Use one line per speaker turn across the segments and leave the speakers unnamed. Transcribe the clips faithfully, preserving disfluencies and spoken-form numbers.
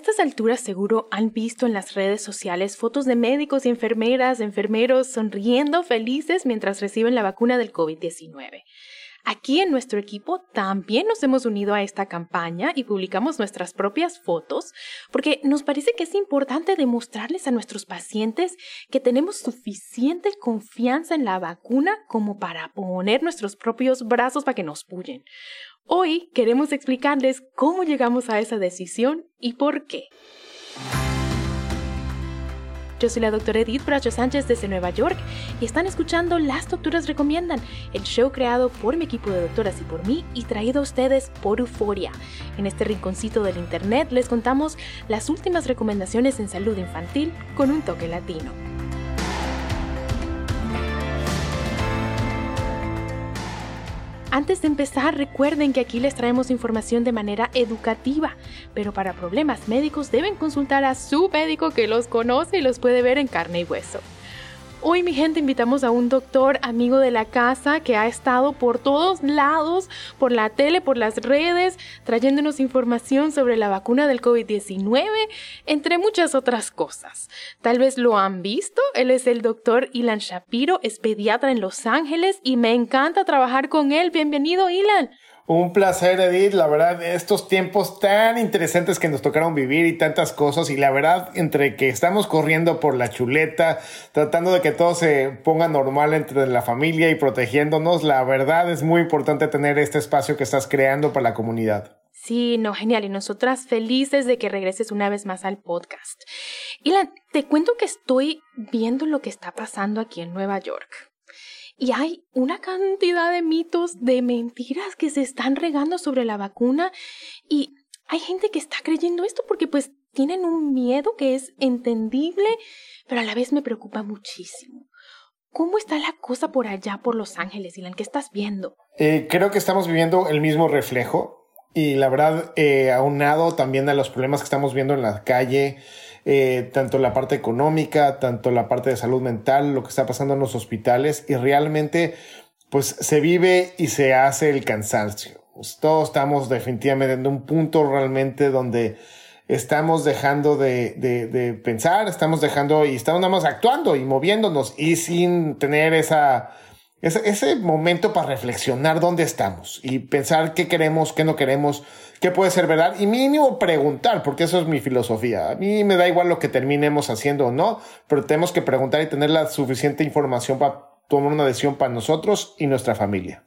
estas alturas seguro han visto en las redes sociales fotos de médicos y enfermeras, enfermeros sonriendo felices mientras reciben la vacuna del covid diecinueve. Aquí en nuestro equipo también nos hemos unido a esta campaña y publicamos nuestras propias fotos porque nos parece que es importante demostrarles a nuestros pacientes que tenemos suficiente confianza en la vacuna como para poner nuestros propios brazos para que nos puyen. Hoy queremos explicarles cómo llegamos a esa decisión y por qué. Yo soy la doctora Edith Bracho Sánchez desde Nueva York y están escuchando Las Doctoras Recomiendan, el show creado por mi equipo de doctoras y por mí y traído a ustedes por Euforia. En este rinconcito del internet les contamos las últimas recomendaciones en salud infantil con un toque latino. Antes de empezar, recuerden que aquí les traemos información de manera educativa, pero para problemas médicos deben consultar a su médico que los conoce y los puede ver en carne y hueso. Hoy, mi gente, invitamos a un doctor amigo de la casa que ha estado por todos lados, por la tele, por las redes, trayéndonos información sobre la vacuna del covid diecinueve, entre muchas otras cosas. Tal vez lo han visto, él es el doctor Ilan Shapiro, es pediatra en Los Ángeles y me encanta trabajar con él. Bienvenido, Ilan.
Un placer, Edith. La verdad, estos tiempos tan interesantes que nos tocaron vivir y tantas cosas, y la verdad, entre que estamos corriendo por la chuleta, tratando de que todo se ponga normal entre la familia y protegiéndonos, la verdad es muy importante tener este espacio que estás creando para la comunidad.
Sí, no, genial. Y nosotras felices de que regreses una vez más al podcast. Ilan, te cuento que estoy viendo lo que está pasando aquí en Nueva York. Y hay una cantidad de mitos, de mentiras que se están regando sobre la vacuna y hay gente que está creyendo esto porque pues tienen un miedo que es entendible, pero a la vez me preocupa muchísimo. ¿Cómo está la cosa por allá por Los Ángeles, Ilan? ¿Qué estás viendo?
Eh, creo que estamos viviendo el mismo reflejo y la verdad, eh, aunado también a los problemas que estamos viendo en la calle, Eh, tanto la parte económica, tanto la parte de salud mental, lo que está pasando en los hospitales, y realmente pues se vive y se hace el cansancio. Pues, todos estamos definitivamente en un punto realmente donde estamos dejando de, de, de pensar, estamos dejando y estamos nada más actuando y moviéndonos y sin tener esa, ese, ese momento para reflexionar dónde estamos y pensar qué queremos, qué no queremos, qué puede ser verdad y mínimo preguntar, porque eso es mi filosofía. A mí me da igual lo que terminemos haciendo o no, pero tenemos que preguntar y tener la suficiente información para tomar una decisión para nosotros y nuestra familia.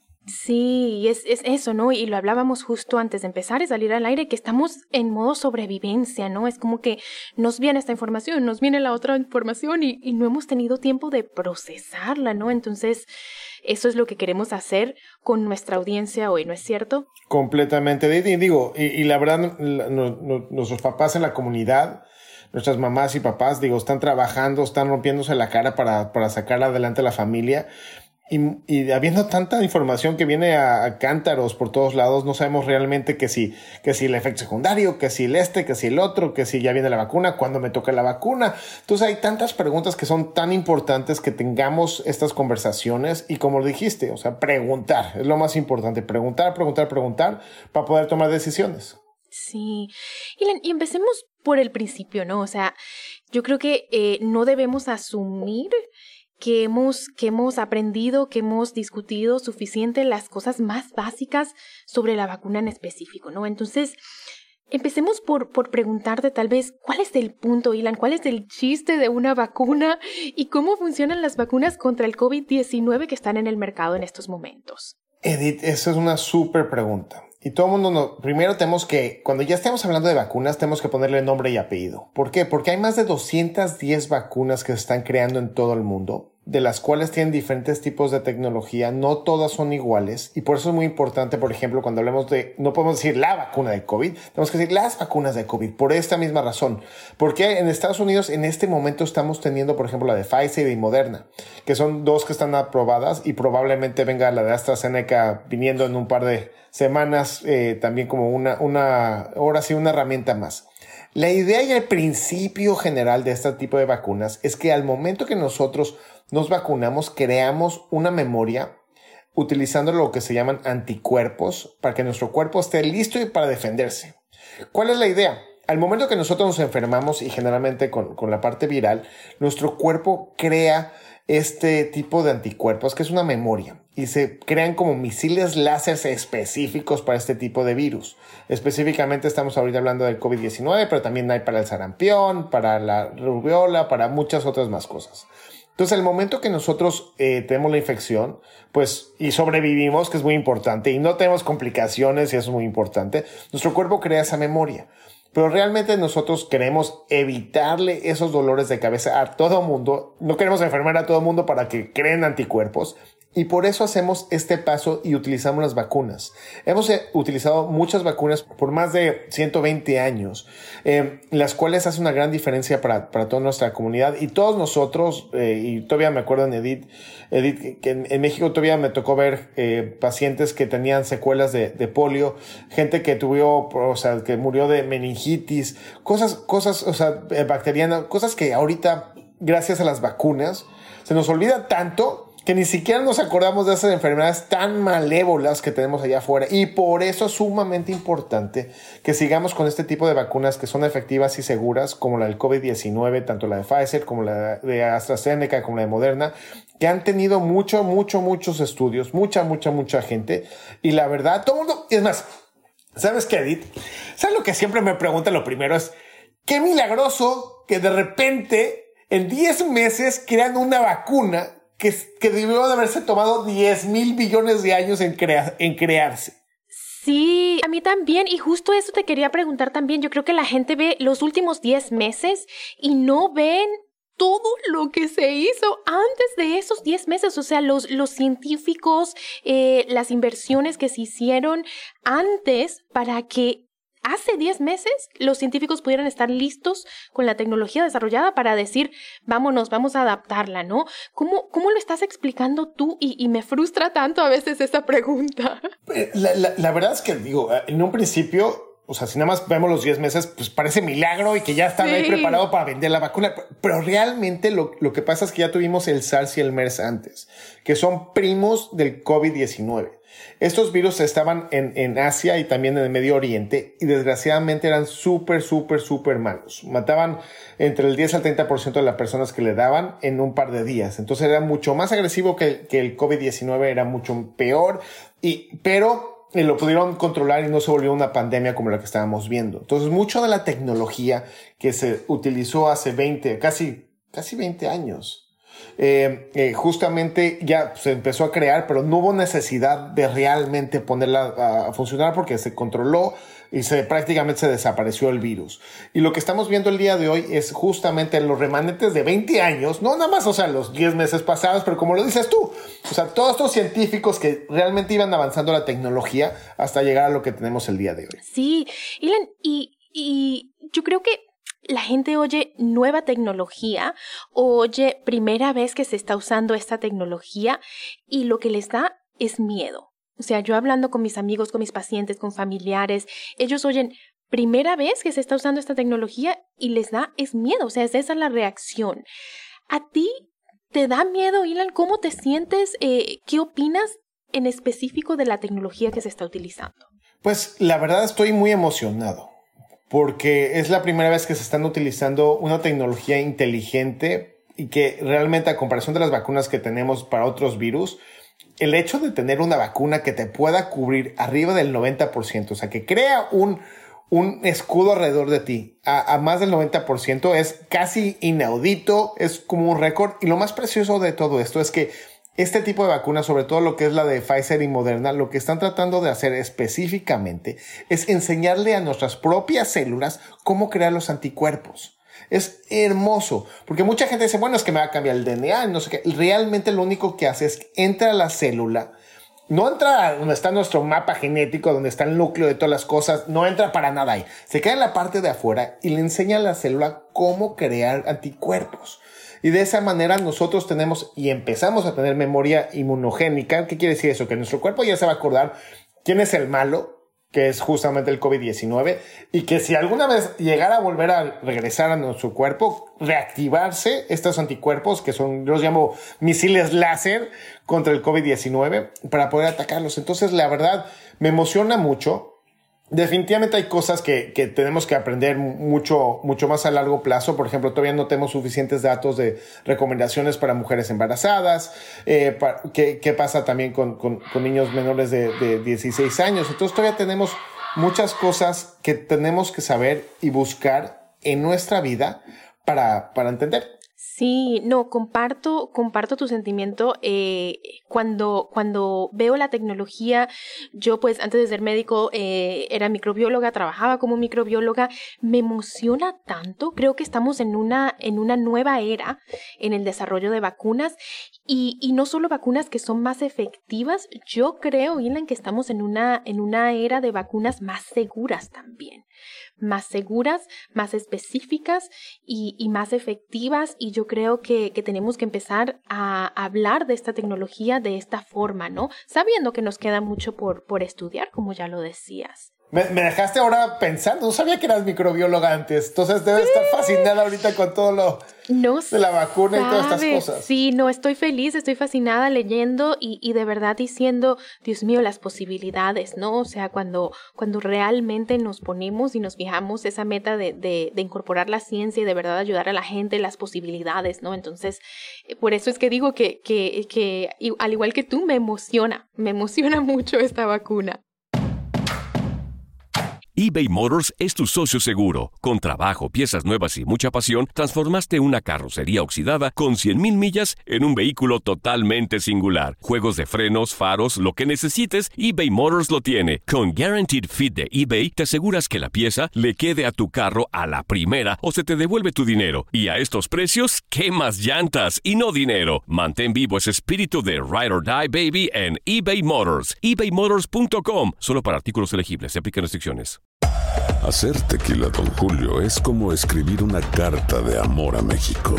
Sí, es, es eso, ¿no? Y lo hablábamos justo antes de empezar y salir al aire, que estamos en modo sobrevivencia, ¿no? Es como que nos viene esta información, nos viene la otra información y, y no hemos tenido tiempo de procesarla, ¿no? Entonces, eso es lo que queremos hacer con nuestra audiencia hoy, ¿no es cierto?
Completamente. Y digo, y, y la verdad, la, no, no, nuestros papás en la comunidad, nuestras mamás y papás, digo, están trabajando, están rompiéndose la cara para, para sacar adelante a la familia. Y, y habiendo tanta información que viene a, a cántaros por todos lados, no sabemos realmente que si, que si el efecto secundario, que si el este, que si el otro, que si ya viene la vacuna, cuándo me toca la vacuna. Entonces hay tantas preguntas que son tan importantes que tengamos estas conversaciones y como lo dijiste, o sea, preguntar, es lo más importante, preguntar, preguntar, preguntar para poder tomar decisiones.
Sí, y, y empecemos por el principio, ¿no? O sea, yo creo que eh, no debemos asumir que hemos, que hemos aprendido, que hemos discutido suficiente las cosas más básicas sobre la vacuna en específico, ¿no? Entonces, empecemos por, por preguntarte tal vez, ¿cuál es el punto, Ilan? ¿Cuál es el chiste de una vacuna? ¿Y cómo funcionan las vacunas contra el covid diecinueve que están en el mercado en estos momentos?
Edith, esa es una súper pregunta. Y todo el mundo, no, primero tenemos que, cuando ya estemos hablando de vacunas, tenemos que ponerle nombre y apellido. ¿Por qué? Porque hay más de doscientas diez vacunas que se están creando en todo el mundo, de las cuales tienen diferentes tipos de tecnología, no todas son iguales, y por eso es muy importante, por ejemplo, cuando hablemos de, no podemos decir la vacuna de COVID, tenemos que decir las vacunas de COVID, por esta misma razón. Porque en Estados Unidos en este momento estamos teniendo, por ejemplo, la de Pfizer y Moderna, que son dos que están aprobadas, y probablemente venga la de AstraZeneca viniendo en un par de semanas, eh, también como una, una, ahora sí, una herramienta más. La idea y el principio general de este tipo de vacunas es que al momento que nosotros nos vacunamos, creamos una memoria utilizando lo que se llaman anticuerpos para que nuestro cuerpo esté listo para defenderse. ¿Cuál es la idea? al momento que nosotros nos enfermamos y generalmente con, con la parte viral, nuestro cuerpo crea este tipo de anticuerpos que es una memoria y se crean como misiles láser específicos para este tipo de virus. Específicamente estamos ahorita hablando del COVID diecinueve, pero también hay para el sarampión, para la rubiola, para muchas otras más cosas. Entonces, el momento que nosotros eh, tenemos la infección, pues, y sobrevivimos, que es muy importante, y no tenemos complicaciones, y eso es muy importante, nuestro cuerpo crea esa memoria. Pero realmente nosotros queremos evitarle esos dolores de cabeza a todo mundo. No queremos enfermar a todo mundo para que creen anticuerpos. Y por eso hacemos este paso y utilizamos las vacunas. Hemos eh, utilizado muchas vacunas por más de ciento veinte años, eh, las cuales hacen una gran diferencia para, para toda nuestra comunidad. Y todos nosotros, eh, y todavía me acuerdo en Edith, Edith que en, en México todavía me tocó ver eh, pacientes que tenían secuelas de, de polio, gente que tuvo, o sea, que murió de meningitis, cosas, cosas, o sea, bacterianas, cosas que ahorita, gracias a las vacunas, se nos olvida tanto que ni siquiera nos acordamos de esas enfermedades tan malévolas que tenemos allá afuera. Y por eso es sumamente importante que sigamos con este tipo de vacunas que son efectivas y seguras, como la del COVID diecinueve, tanto la de Pfizer como la de AstraZeneca, como la de Moderna, que han tenido mucho, mucho, muchos estudios, mucha, mucha, mucha gente. Y la verdad, todo el mundo, es más, ¿sabes qué, Edith? ¿Sabes lo que siempre me preguntan? Lo primero es, qué milagroso que de repente en diez meses crean una vacuna que, que debió de haberse tomado diez mil billones de años en, crea, en crearse.
Sí, a mí también. Y justo eso te quería preguntar también. Yo creo que la gente ve los últimos diez meses y no ven todo lo que se hizo antes de esos diez meses. O sea, los, los científicos, eh, las inversiones que se hicieron antes para que hace diez meses los científicos pudieran estar listos con la tecnología desarrollada para decir, vámonos, vamos a adaptarla, ¿no? ¿Cómo, cómo lo estás explicando tú? Y, y me frustra tanto a veces esa pregunta.
La, la, la verdad es que, digo, en un principio, o sea, si nada más vemos los diez meses, pues parece milagro y que ya están sí. ahí preparados para vender la vacuna. Pero realmente lo, lo que pasa es que ya tuvimos el SARS y el MERS antes, que son primos del COVID diecinueve. Estos virus estaban en, en Asia y también en el Medio Oriente y desgraciadamente eran súper, súper, súper malos. Mataban entre el diez al treinta por ciento de las personas que le daban en un par de días. Entonces era mucho más agresivo que, que el COVID diecinueve, era mucho peor, y, pero y lo pudieron controlar y no se volvió una pandemia como la que estábamos viendo. Entonces, mucho de la tecnología que se utilizó hace veinte, casi, casi veinte años, eh, eh, justamente ya se empezó a crear, pero no hubo necesidad de realmente ponerla a, a funcionar porque se controló y se prácticamente se desapareció el virus. Y lo que estamos viendo el día de hoy es justamente los remanentes de veinte años, no nada más, o sea, los diez meses pasados, pero como lo dices tú, o sea, todos estos científicos que realmente iban avanzando la tecnología hasta llegar a lo que tenemos el día de hoy.
Sí, Ilan, y, y yo creo que la gente oye nueva tecnología, oye primera vez que se está usando esta tecnología y lo que les da es miedo. O sea, yo hablando con mis amigos, con mis pacientes, con familiares, ellos oyen primera vez que se está usando esta tecnología y les da es miedo. O sea, esa es la reacción. ¿A ti te da miedo, Ilan? ¿Cómo te sientes? Eh, ¿Qué opinas en específico de la tecnología que se está utilizando?
Pues la verdad estoy muy emocionado porque es la primera vez que se están utilizando una tecnología inteligente y que realmente a comparación de las vacunas que tenemos para otros virus, el hecho de tener una vacuna que te pueda cubrir arriba del noventa por ciento, o sea, que crea un, un escudo alrededor de ti a, a más del noventa por ciento es casi inaudito, es como un récord. Y lo más precioso de todo esto es que este tipo de vacunas, sobre todo lo que es la de Pfizer y Moderna, lo que están tratando de hacer específicamente es enseñarle a nuestras propias células cómo crear los anticuerpos. Es hermoso, porque mucha gente dice, bueno, es que me va a cambiar el D N A, no sé qué. Realmente lo único que hace es que entra a la célula, no entra donde está nuestro mapa genético, donde está el núcleo de todas las cosas, no entra para nada ahí. Se queda en la parte de afuera y le enseña a la célula cómo crear anticuerpos. Y de esa manera nosotros tenemos y empezamos a tener memoria inmunogénica. ¿Qué quiere decir eso? Que nuestro cuerpo ya se va a acordar quién es el malo, que es justamente el COVID diecinueve, y que si alguna vez llegara a volver a regresar a nuestro cuerpo, reactivarse estos anticuerpos, que son, yo los llamo misiles láser contra el COVID diecinueve, para poder atacarlos. Entonces, la verdad, me emociona mucho. Definitivamente hay cosas que, que tenemos que aprender mucho, mucho más a largo plazo. Por ejemplo, todavía no tenemos suficientes datos de recomendaciones para mujeres embarazadas. Eh, para, ¿qué, ¿Qué pasa también con, con, con niños menores de, de dieciséis años? Entonces todavía tenemos muchas cosas que tenemos que saber y buscar en nuestra vida para, para entender.
Sí, no, comparto, comparto tu sentimiento. Eh, cuando, cuando veo la tecnología, yo pues antes de ser médico eh, era microbióloga, trabajaba como microbióloga, me emociona tanto. Creo que estamos en una, en una nueva era en el desarrollo de vacunas y, y no solo vacunas que son más efectivas, yo creo, Ilan, que estamos en una, en una era de vacunas más seguras también. Más seguras, más específicas y, y más efectivas, y yo creo que, que tenemos que empezar a hablar de esta tecnología de esta forma, ¿no? Sabiendo que nos queda mucho por, por estudiar, como ya lo decías.
Me, me dejaste ahora pensando, no sabía que eras microbióloga antes, entonces debes estar fascinada ahorita con todo lo
no
de la vacuna
sabes.
Y todas estas cosas.
Sí, no, estoy feliz, estoy fascinada leyendo y, y de verdad diciendo, Dios mío, las posibilidades, ¿no? O sea, cuando, cuando realmente nos ponemos y nos fijamos esa meta de, de, de incorporar la ciencia y de verdad ayudar a la gente, las posibilidades, ¿no? Entonces, por eso es que digo que, que, que al igual que tú, me emociona, me emociona mucho esta vacuna.
eBay Motors es tu socio seguro. Con trabajo, piezas nuevas y mucha pasión, transformaste una carrocería oxidada con cien mil millas en un vehículo totalmente singular. Juegos de frenos, faros, lo que necesites, eBay Motors lo tiene. Con Guaranteed Fit de eBay, te aseguras que la pieza le quede a tu carro a la primera o se te devuelve tu dinero. Y a estos precios, ¿qué más llantas y no dinero? Mantén vivo ese espíritu de Ride or Die, baby, en eBay Motors. ebay motors punto com. Solo para artículos elegibles. Se aplican restricciones.
Hacer tequila Don Julio es como escribir una carta de amor a México.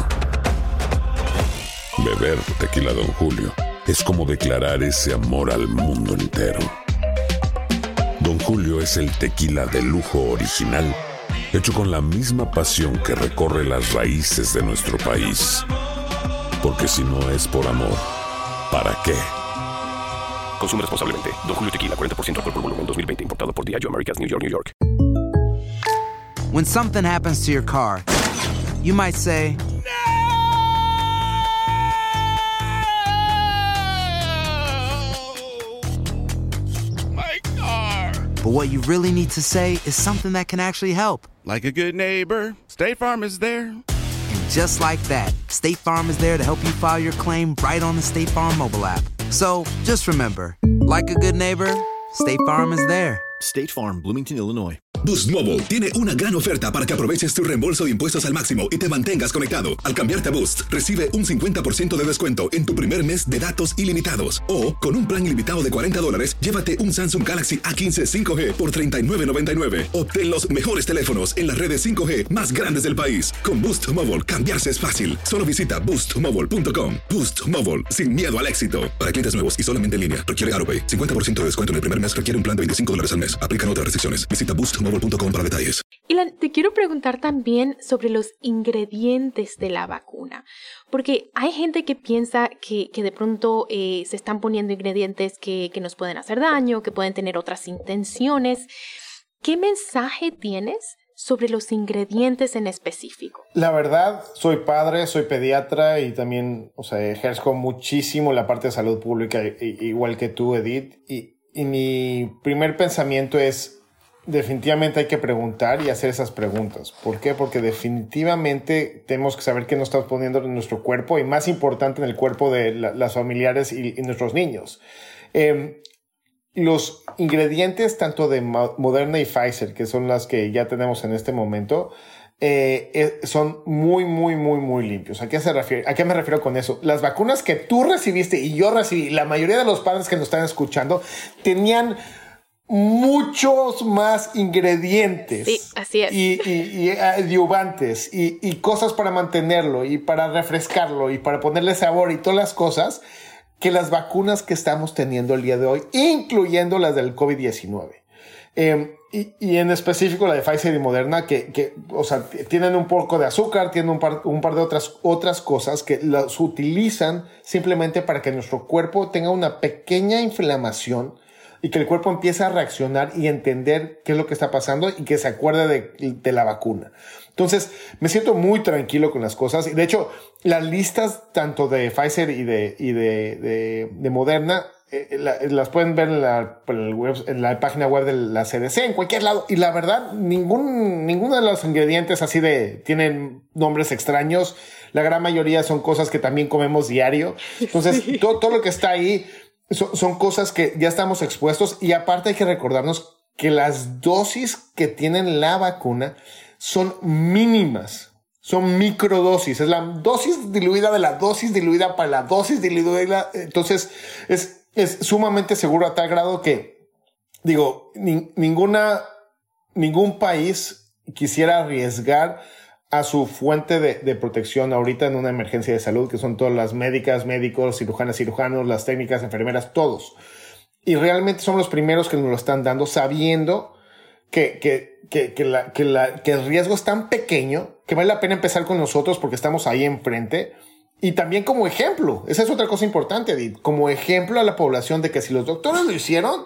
Beber tequila Don Julio es como declarar ese amor al mundo entero. Don Julio es el tequila de lujo original, hecho con la misma pasión que recorre las raíces de nuestro país. Porque si no es por amor, ¿para qué?
Consume responsablemente. Don Julio Tequila, cuarenta por ciento alcohol por volumen, dos mil veinte. Importado por Diageo Americas, New York, New York.
When something happens to your car, you might say,
"No! My car!"
But what you really need to say is something that can actually help.
Like a good neighbor, State Farm is there.
And just like that, State Farm is there to help you file your claim right on the State Farm mobile app. So, just remember, like a good neighbor, State Farm is there.
State Farm, Bloomington, Illinois.
Boost Mobile tiene una gran oferta para que aproveches tu reembolso de impuestos al máximo y te mantengas conectado. Al cambiarte a Boost, recibe un cincuenta por ciento de descuento en tu primer mes de datos ilimitados. O, con un plan ilimitado de cuarenta dólares, llévate un Samsung Galaxy A quince cinco G por treinta y nueve noventa y nueve. Obtén los mejores teléfonos en las redes cinco G más grandes del país. Con Boost Mobile, cambiarse es fácil. Solo visita boost mobile punto com. Boost Mobile, sin miedo al éxito. Para clientes nuevos y solamente en línea, requiere AutoPay. cincuenta por ciento de descuento en el primer mes requiere un plan de veinticinco dólares al mes. Aplican otras restricciones. Visita boost mobile punto com para detalles.
Ilan, te quiero preguntar también sobre los ingredientes de la vacuna, porque hay gente que piensa que, que de pronto eh, se están poniendo ingredientes que, que nos pueden hacer daño, que pueden tener otras intenciones. ¿Qué mensaje tienes sobre los ingredientes en específico?
La verdad, soy padre, soy pediatra y también, o sea, ejerzo muchísimo la parte de salud pública, igual que tú, Edith, y, y mi primer pensamiento es: definitivamente hay que preguntar y hacer esas preguntas. ¿Por qué? Porque definitivamente tenemos que saber qué nos estamos poniendo en nuestro cuerpo y, más importante, en el cuerpo de la, las familiares y, y nuestros niños. Eh, los ingredientes tanto de Moderna y Pfizer, que son las que ya tenemos en este momento, eh, eh, son muy, muy, muy, muy limpios. ¿A qué se refiere? ¿A qué me refiero con eso? Las vacunas que tú recibiste y yo recibí, la mayoría de los padres que nos están escuchando, tenían muchos más ingredientes.
Sí, así es.
Y, y, y adjuvantes y, y cosas para mantenerlo y para refrescarlo y para ponerle sabor y todas las cosas que las vacunas que estamos teniendo el día de hoy, incluyendo las del COVID diecinueve. Eh, y, y en específico la de Pfizer y Moderna, que, que o sea, tienen un poco de azúcar, tienen un par, un par de otras, otras cosas que las utilizan simplemente para que nuestro cuerpo tenga una pequeña inflamación y que el cuerpo empiece a reaccionar y entender qué es lo que está pasando y que se acuerde de, de la vacuna. Entonces, me siento muy tranquilo con las cosas. Y de hecho, las listas tanto de Pfizer y de, y de, de, de Moderna, eh, la, las pueden ver en la, en, el web, en la página web de la C D C, en cualquier lado. Y la verdad, ningún, ninguno de los ingredientes así de, tienen nombres extraños. La gran mayoría son cosas que también comemos diario. Entonces, sí. todo, todo lo que está ahí son, son cosas que ya estamos expuestos. Y aparte hay que recordarnos que las dosis que tienen la vacuna son mínimas, son microdosis, es la dosis diluida de la dosis diluida para la dosis diluida. Entonces es, es sumamente seguro a tal grado que, digo, ni, ninguna, ningún país quisiera arriesgar a su fuente de, de protección ahorita en una emergencia de salud, que son todas las médicas, médicos, cirujanas, cirujanos, las técnicas, enfermeras, todos. Y realmente son los primeros que nos lo están dando sabiendo que, que, que, que, la, que, la, que el riesgo es tan pequeño que vale la pena empezar con nosotros porque estamos ahí enfrente. Y también como ejemplo, esa es otra cosa importante, Edith, como ejemplo a la población de que si los doctores lo hicieron.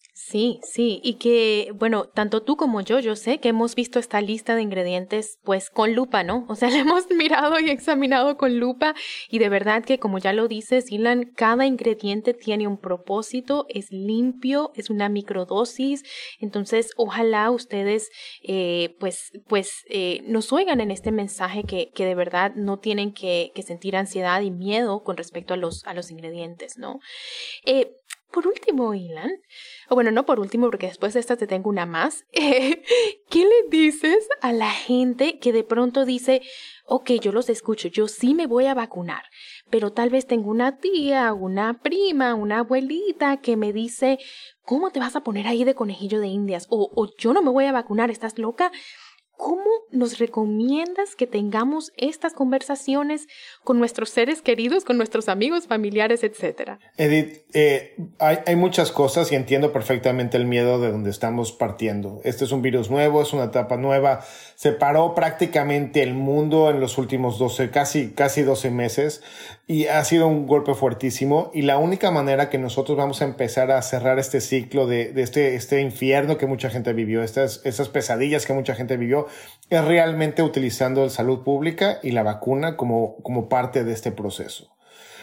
Sí, sí, y que, bueno, tanto tú como yo, yo sé que hemos visto esta lista de ingredientes, pues, con lupa, ¿no? O sea, la hemos mirado y examinado con lupa y de verdad que, como ya lo dices, Ilan, cada ingrediente tiene un propósito, es limpio, es una microdosis, entonces, ojalá ustedes, eh, pues, pues, eh, nos oigan en este mensaje que, que de verdad no tienen que, que sentir ansiedad y miedo con respecto a los, a los ingredientes, ¿no? Eh, Por último, Ilan, o bueno, no por último, porque después de esta te tengo una más, eh, ¿qué le dices a la gente que de pronto dice, ok, yo los escucho, yo sí me voy a vacunar, pero tal vez tengo una tía, una prima, una abuelita que me dice, ¿cómo te vas a poner ahí de conejillo de indias? O, o yo no me voy a vacunar, ¿estás loca? ¿Cómo nos recomiendas que tengamos estas conversaciones con nuestros seres queridos, con nuestros amigos, familiares, etcétera?
Edith, eh, hay, hay muchas cosas y entiendo perfectamente el miedo de donde estamos partiendo. Este es un virus nuevo, es una etapa nueva. Se paró prácticamente el mundo en los últimos doce, casi, casi doce meses y ha sido un golpe fuertísimo. Y la única manera que nosotros vamos a empezar a cerrar este ciclo de, de este, este infierno que mucha gente vivió, estas, estas pesadillas que mucha gente vivió, es realmente utilizando la salud pública y la vacuna como, como parte de este proceso.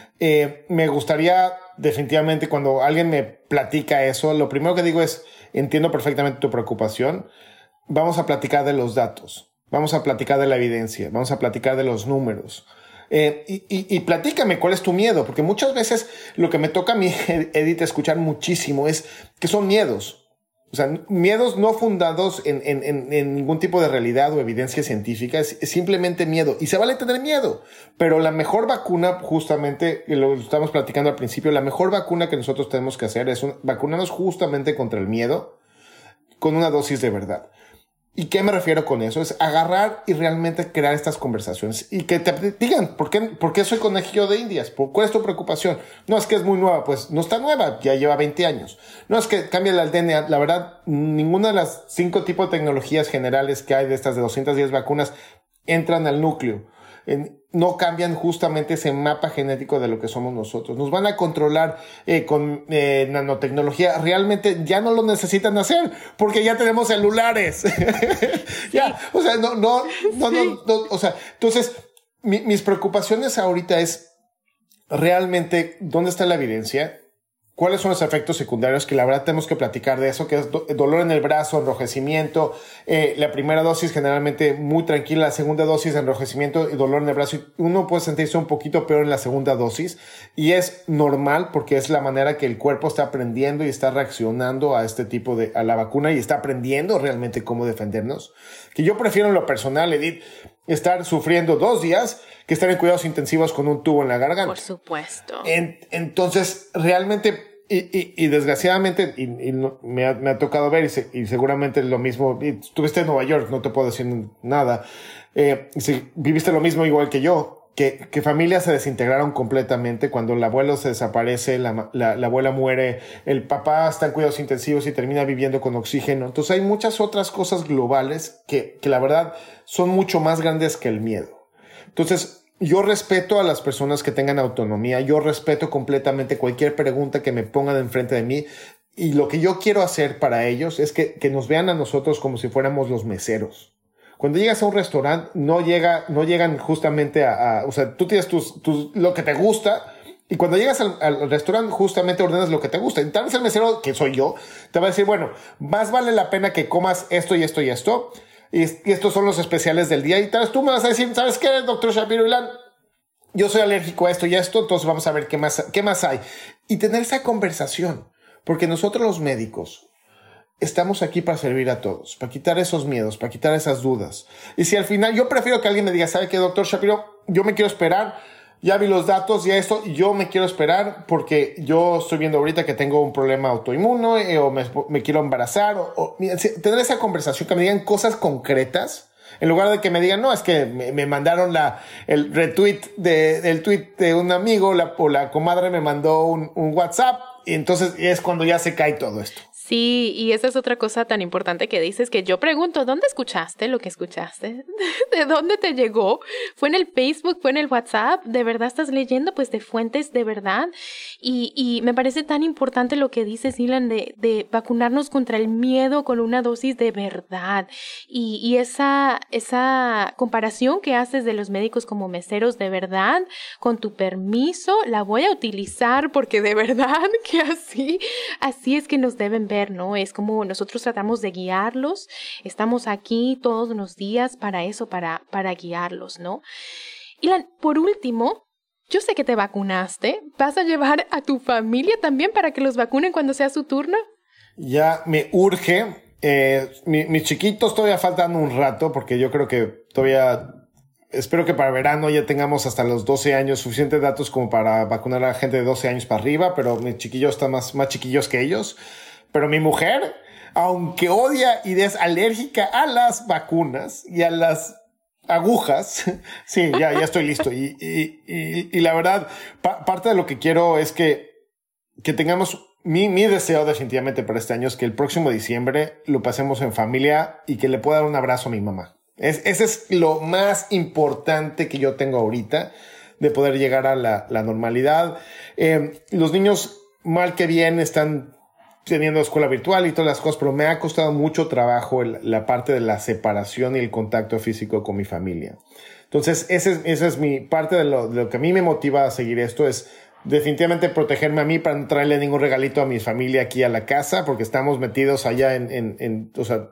Eh, me gustaría definitivamente cuando alguien me platica eso, lo primero que digo es, entiendo perfectamente tu preocupación, vamos a platicar de los datos, vamos a platicar de la evidencia, vamos a platicar de los números. Eh, y, y, y platícame cuál es tu miedo, porque muchas veces lo que me toca a mí, Edith, escuchar muchísimo es que son miedos. O sea, miedos no fundados en, en, en, en ningún tipo de realidad o evidencia científica, es, es simplemente miedo. Y se vale tener miedo, pero la mejor vacuna, justamente, y lo estamos platicando al principio, la mejor vacuna que nosotros tenemos que hacer es un, vacunarnos justamente contra el miedo con una dosis de verdad. ¿Y qué me refiero con eso? Es agarrar y realmente crear estas conversaciones y que te digan, ¿por qué, por qué soy conejillo de indias? ¿Cuál es tu preocupación? No, es que es muy nueva. Pues no está nueva, ya lleva veinte años. No, es que cambia el D N A. La verdad, ninguna de las cinco tipos de tecnologías generales que hay de estas de doscientas diez vacunas entran al núcleo. En, no cambian justamente ese mapa genético de lo que somos nosotros. Nos van a controlar eh, con eh, nanotecnología. Realmente ya no lo necesitan hacer porque ya tenemos celulares. ya, o sea, no, no, no, no, no, no, o sea, entonces mi, mis preocupaciones ahorita es realmente dónde está la evidencia. ¿Cuáles son los efectos secundarios? Que la verdad tenemos que platicar de eso, que es do- dolor en el brazo, enrojecimiento. Eh, la primera dosis generalmente muy tranquila, la segunda dosis enrojecimiento y dolor en el brazo. Uno puede sentirse un poquito peor en la segunda dosis y es normal porque es la manera que el cuerpo está aprendiendo y está reaccionando a este tipo de, a la vacuna y está aprendiendo realmente cómo defendernos. Que yo prefiero en lo personal, Edith, estar sufriendo dos días que estar en cuidados intensivos con un tubo en la garganta.
Por supuesto.
En, entonces, realmente, y, y, y desgraciadamente, y, y no, me, ha, me ha tocado ver, y, se, y seguramente lo mismo, y estuviste en Nueva York, no te puedo decir nada, eh, si viviste lo mismo igual que yo, que, que familias se desintegraron completamente cuando el abuelo se desaparece, la, la, la abuela muere, el papá está en cuidados intensivos y termina viviendo con oxígeno. Entonces hay muchas otras cosas globales que, que la verdad son mucho más grandes que el miedo. Entonces, yo respeto a las personas que tengan autonomía, yo respeto completamente cualquier pregunta que me pongan enfrente de mí y lo que yo quiero hacer para ellos es que, que nos vean a nosotros como si fuéramos los meseros. Cuando llegas a un restaurante, no llega, no llegan justamente a, a o sea, tú tienes tus, tus, lo que te gusta, y cuando llegas al, al restaurante, justamente ordenas lo que te gusta. Entonces el mesero, que soy yo, te va a decir, bueno, más vale la pena que comas esto y esto y esto, y, y estos son los especiales del día, y tal vez tú me vas a decir, ¿sabes qué, doctor Shapiro Ilan? Yo soy alérgico a esto y a esto, entonces vamos a ver qué más, qué más hay. Y tener esa conversación, porque nosotros los médicos estamos aquí para servir a todos, para quitar esos miedos, para quitar esas dudas. Y si al final, yo prefiero que alguien me diga, ¿sabe qué, doctor Shapiro? Yo me quiero esperar, ya vi los datos y esto, yo me quiero esperar porque yo estoy viendo ahorita que tengo un problema autoinmune eh, o me, me quiero embarazar. O, o tener esa conversación, que me digan cosas concretas, en lugar de que me digan, no, es que me, me mandaron la, el retweet de, del tweet de un amigo, la, o la comadre me mandó un, un WhatsApp, y entonces es cuando ya se cae todo esto.
Sí, y esa es otra cosa tan importante que dices, que yo pregunto, ¿dónde escuchaste lo que escuchaste? ¿De dónde te llegó? ¿Fue en el Facebook? ¿Fue en el WhatsApp? ¿De verdad estás leyendo pues de fuentes de verdad? Y, y me parece tan importante lo que dices, Ilan, de, de vacunarnos contra el miedo con una dosis de verdad. Y, y esa, esa comparación que haces de los médicos como meseros de verdad, con tu permiso, la voy a utilizar porque de verdad que así, así es que nos deben ver, ¿no? Es como nosotros tratamos de guiarlos, estamos aquí todos los días para eso, para, para guiarlos, ¿no? Ilan, por último, yo sé que te vacunaste, ¿vas a llevar a tu familia también para que los vacunen cuando sea su turno?
Ya me urge, eh, mi, mis chiquitos todavía faltan un rato, porque yo creo que todavía, espero que para verano ya tengamos hasta los doce años suficientes datos como para vacunar a gente de doce años para arriba, pero mis chiquillos están más, más chiquillos que ellos. Pero mi mujer, aunque odia y es alérgica a las vacunas y a las agujas, sí, ya, ya estoy listo. Y, y, y, y la verdad, pa- parte de lo que quiero es que, que tengamos, mi, mi deseo definitivamente para este año es que el próximo diciembre lo pasemos en familia y que le pueda dar un abrazo a mi mamá. Es, ese es lo más importante que yo tengo ahorita, de poder llegar a la, la normalidad. Eh, los niños, mal que bien, están teniendo escuela virtual y todas las cosas, pero me ha costado mucho trabajo el, la parte de la separación y el contacto físico con mi familia. Entonces, esa es, esa es mi parte de lo, de lo que a mí me motiva a seguir esto, es definitivamente protegerme a mí para no traerle ningún regalito a mi familia aquí a la casa, porque estamos metidos allá en, en, en o sea,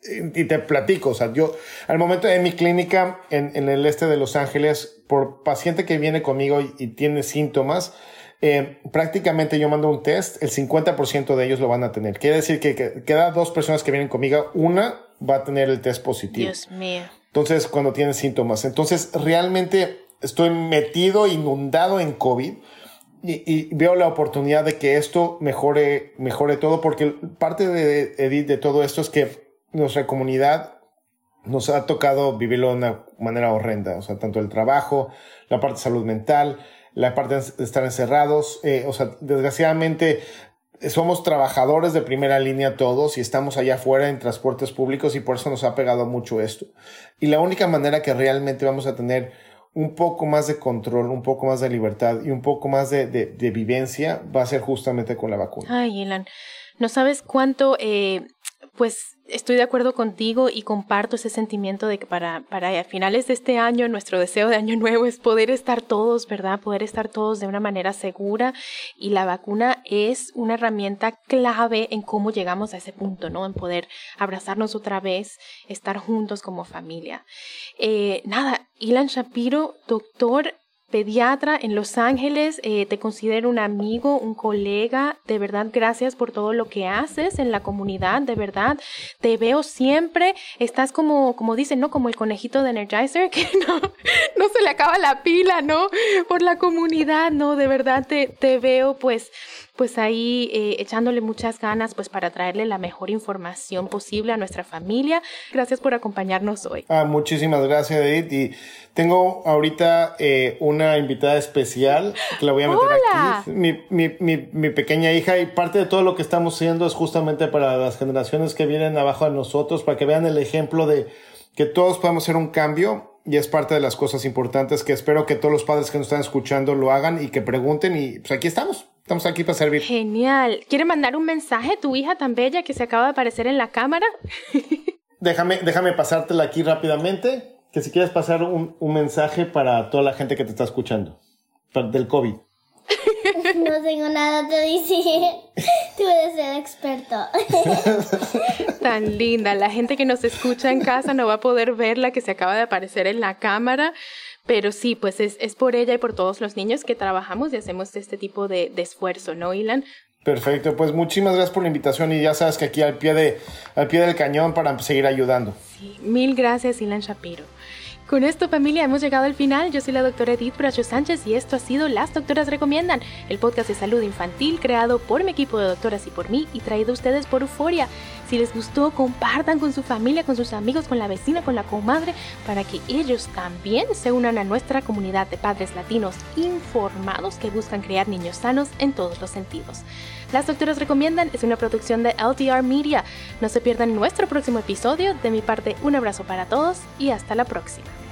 y te platico, o sea, yo al momento en mi clínica en, en el este de Los Ángeles, por paciente que viene conmigo y, y tiene síntomas, Eh, prácticamente yo mando un test, el cincuenta por ciento de ellos lo van a tener. Quiere decir que, que cada dos personas que vienen conmigo, una va a tener el test positivo.
Dios mío.
Entonces, cuando tienen síntomas. Entonces, realmente estoy metido, inundado en COVID y, y veo la oportunidad de que esto mejore, mejore todo, porque parte de, Edith, de todo esto es que nuestra comunidad nos ha tocado vivirlo de una manera horrenda. O sea, tanto el trabajo, la parte de salud mental, la parte de estar encerrados, eh, o sea, desgraciadamente somos trabajadores de primera línea todos y estamos allá afuera en transportes públicos y por eso nos ha pegado mucho esto. Y la única manera que realmente vamos a tener un poco más de control, un poco más de libertad y un poco más de, de, de vivencia va a ser justamente con la vacuna.
Ay, Ilan, no sabes cuánto, eh, pues estoy de acuerdo contigo y comparto ese sentimiento de que para, para finales de este año, nuestro deseo de año nuevo es poder estar todos, ¿verdad? Poder estar todos de una manera segura, y la vacuna es una herramienta clave en cómo llegamos a ese punto, ¿no? En poder abrazarnos otra vez, estar juntos como familia. Eh, nada, Ilan Shapiro, doctor pediatra en Los Ángeles, eh, te considero un amigo, un colega, de verdad gracias por todo lo que haces en la comunidad, de verdad, te veo siempre, estás como, como dicen, ¿no? Como el conejito de Energizer, que no, no se le acaba la pila, ¿no? Por la comunidad, ¿no? De verdad te, te veo pues, pues ahí eh, echándole muchas ganas pues para traerle la mejor información posible a nuestra familia. Gracias por acompañarnos hoy.
Ah, muchísimas gracias, Edith, y tengo ahorita eh, una invitada especial que la voy a meter
¡Hola!
aquí. Mi, mi, mi, mi pequeña hija, y parte de todo lo que estamos haciendo es justamente para las generaciones que vienen abajo de nosotros, para que vean el ejemplo de que todos podemos hacer un cambio, y es parte de las cosas importantes que espero que todos los padres que nos están escuchando lo hagan y que pregunten, y pues aquí estamos Estamos aquí para servir.
Genial. ¿Quiere mandar un mensaje a tu hija tan bella que se acaba de aparecer en la cámara?
déjame, déjame pasártela aquí rápidamente, que si quieres pasar un, un mensaje para toda la gente que te está escuchando, para, del COVID.
No tengo nada que decir. Tú eres el experto.
Tan linda. La gente que nos escucha en casa no va a poder ver la que se acaba de aparecer en la cámara. Pero sí, pues es, es por ella y por todos los niños que trabajamos y hacemos este tipo de, de esfuerzo, ¿no, Ilan?
Perfecto, pues muchísimas gracias por la invitación y ya sabes que aquí al pie, de, al pie del cañón para seguir ayudando.
Sí, mil gracias, Ilan Shapiro. Con esto, familia, hemos llegado al final. Yo soy la doctora Edith Bracho Sánchez y esto ha sido Las Doctoras Recomiendan, el podcast de salud infantil creado por mi equipo de doctoras y por mí y traído a ustedes por Euforia. Si les gustó, compartan con su familia, con sus amigos, con la vecina, con la comadre, para que ellos también se unan a nuestra comunidad de padres latinos informados que buscan crear niños sanos en todos los sentidos. Las Doctoras Recomiendan es una producción de L T R Media. No se pierdan nuestro próximo episodio. De mi parte, un abrazo para todos y hasta la próxima.